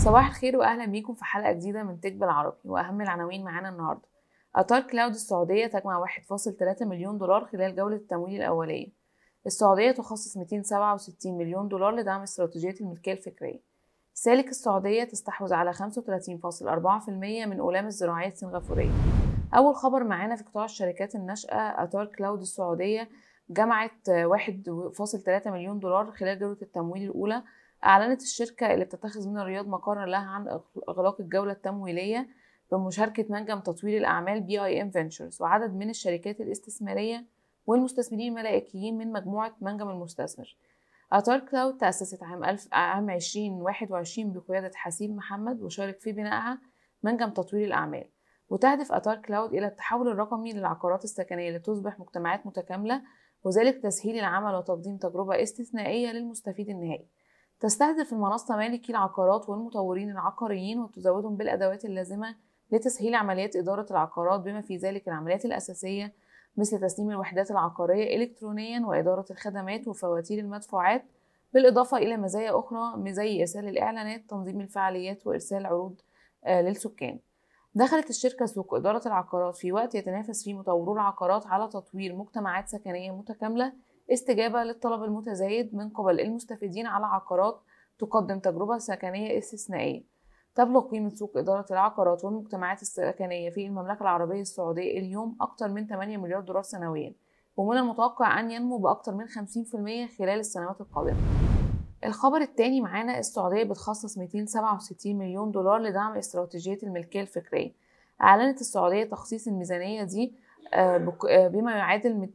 صباح الخير واهلا بيكم في حلقه جديده من تك بالعربي، واهم العناوين معانا النهارده. اطار كلاود السعوديه تجمع 1.3 مليون دولار خلال جوله التمويل الاوليه. السعوديه تخصص 267 مليون دولار لدعم استراتيجيه الملكيه الفكريه. سالك السعوديه تستحوذ على 35.4% من أولام الزراعيه السنغافوريه. اول خبر معانا في قطاع الشركات الناشئه، اطار كلاود السعوديه جمعت 1.3 مليون دولار خلال جوله التمويل الاولى. أعلنت الشركة اللي بتتخذ من الرياض مقرا لها عن إغلاق الجولة التمويلية بمشاركة منجم تطوير الأعمال BIM Ventures وعدد من الشركات الاستثمارية والمستثمرين الملائكيين من مجموعة منجم المستثمر. أطار كلاود تأسست عام 2021 بقيادة حسيب محمد، وشارك في بنائها منجم تطوير الأعمال. وتهدف أطار كلاود إلى التحول الرقمي للعقارات السكنية لتصبح مجتمعات متكاملة، وذلك تسهيل العمل وتقديم تجربة استثنائية للمستفيد النهائي. تستهدف المنصة مالكي العقارات والمطورين العقاريين وتزودهم بالأدوات اللازمة لتسهيل عمليات إدارة العقارات، بما في ذلك العمليات الأساسية مثل تسليم الوحدات العقارية إلكترونيا وإدارة الخدمات وفواتير المدفوعات، بالإضافة إلى مزايا أخرى زي إرسال الإعلانات، تنظيم الفعاليات، وإرسال عروض للسكان. دخلت الشركة سوق إدارة العقارات في وقت يتنافس فيه مطورو العقارات على تطوير مجتمعات سكنية متكاملة، استجابة للطلب المتزايد من قبل المستفيدين على عقارات تقدم تجربة سكنية استثنائية. تبلغ قيمة سوق إدارة العقارات والمجتمعات السكنية في المملكة العربية السعودية اليوم أكثر من 8 مليار دولار سنويا، ومن المتوقع أن ينمو بأكثر من 50% خلال السنوات القادمة. الخبر الثاني معانا، السعودية بتخصص 267 مليون دولار لدعم استراتيجية الملكية الفكرية. أعلنت السعودية تخصيص الميزانية دي بما يعادل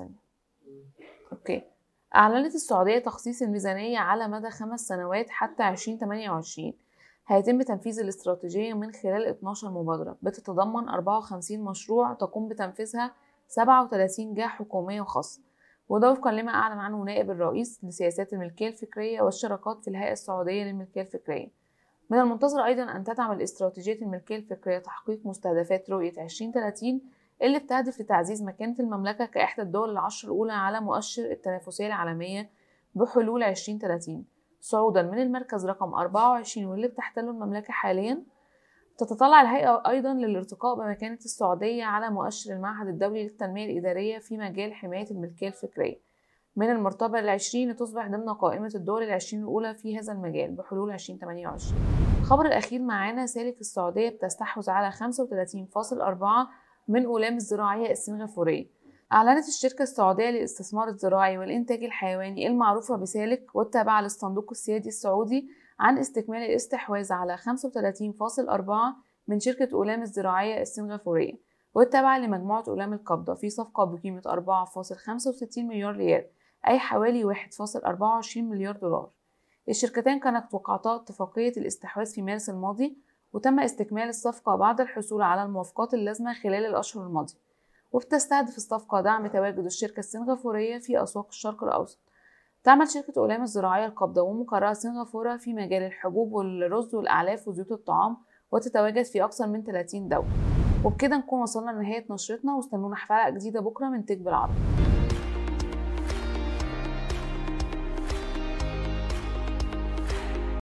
أعلنت السعودية تخصيص الميزانية على مدى 5 سنوات حتى 2028. هيتم تنفيذ الاستراتيجية من خلال 12 مبادرة بتتضمن 54 مشروع تقوم بتنفيذها 37 جهة حكومية وخاصة، وده وفقا لما أعلن عنه نائب الرئيس لسياسات الملكية الفكرية والشراكات في الهيئة السعودية للملكية الفكرية. من المنتظر أيضا أن تدعم استراتيجية الملكية الفكرية تحقيق مستهدفات رؤية 2030 اللي بتهدف لتعزيز مكانة المملكة كإحدى الدول العشر الأولى على مؤشر التنافسية العالمية بحلول 2030، صعودا من المركز رقم 24 واللي بتحتله المملكة حاليا. تتطلع الهيئة أيضا للارتقاء بمكانة السعودية على مؤشر المعهد الدولي للتنمية الإدارية في مجال حماية الملكية الفكرية من المرتبة ال20 لتصبح ضمن قائمة الدول ال20 الأولى في هذا المجال بحلول 2028. الخبر الأخير معانا، سالك السعودية بتستحوذ على 35.4% من أولام الزراعية السنغافورية. أعلنت الشركة السعودية للاستثمار الزراعي والإنتاج الحيواني المعروفة بسالك والتابعة للصندوق السيادي السعودي عن استكمال الاستحواذ على 35.4% من شركة أولام الزراعية السنغافورية والتابعة لمجموعة أولام القبضة في صفقة بقيمة 4.65 مليار ريال، أي حوالي 1.24 مليار دولار. الشركتان كانت وقعتا اتفاقية الاستحواذ في مارس الماضي، وتم استكمال الصفقة بعد الحصول على الموافقات اللازمة خلال الأشهر الماضية. وبتستهدف الصفقة دعم تواجد الشركة السنغافورية في أسواق الشرق الأوسط. تعمل شركة أولام الزراعية القابضة ومقرها سنغافورة في مجال الحبوب والرز والأعلاف وزيوت الطعام، وتتواجد في أكثر من 30 دولة. وبكده نكون وصلنا لنهاية نشرتنا، واستنونا في حلقة جديدة بكرة من تك بالعربي.